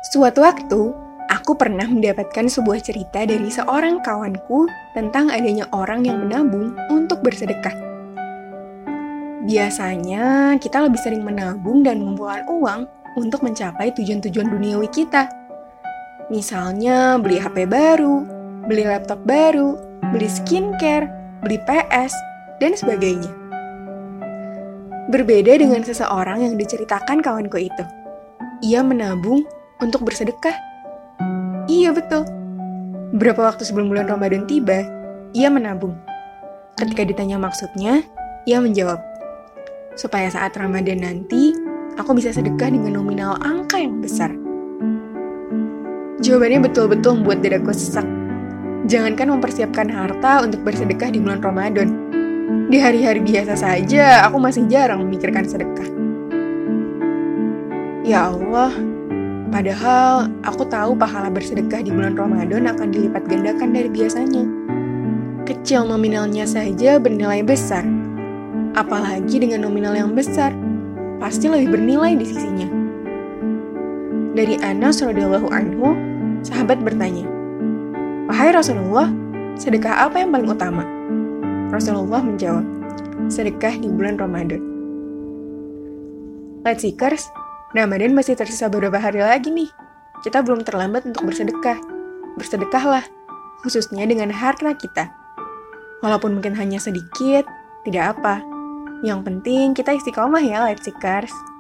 Suatu waktu, aku pernah mendapatkan sebuah cerita dari seorang kawanku tentang adanya orang yang menabung untuk bersedekah. Biasanya, kita lebih sering menabung dan mengumpulkan uang untuk mencapai tujuan-tujuan duniawi kita. Misalnya, beli HP baru, beli laptop baru, beli skincare, beli PS, dan sebagainya. Berbeda dengan seseorang yang diceritakan kawanku itu. Ia menabung untuk bersedekah. Iya betul. Beberapa waktu sebelum bulan Ramadan tiba, ia menabung. Ketika ditanya maksudnya, ia menjawab, supaya saat Ramadan nanti, aku bisa sedekah dengan nominal angka yang besar. Jawabannya betul-betul membuat dadaku sesak. Jangankan mempersiapkan harta untuk bersedekah di bulan Ramadan. Di hari-hari biasa saja, aku masih jarang memikirkan sedekah. Ya Allah, padahal aku tahu pahala bersedekah di bulan Ramadan akan dilipat gandakan dari biasanya. Kecil nominalnya saja bernilai besar. Apalagi dengan nominal yang besar, pasti lebih bernilai di sisinya. Dari Anas radhiyallahu anhu, sahabat bertanya, "Wahai Rasulullah, sedekah apa yang paling utama?" Rasulullah menjawab, "Sedekah di bulan Ramadan." Let's Seekers, Ramadan masih tersisa beberapa hari lagi nih. Kita belum terlambat untuk bersedekah. Bersedekahlah, khususnya dengan harta kita. Walaupun mungkin hanya sedikit, tidak apa. Yang penting kita istiqomah ya, Let's Seekers.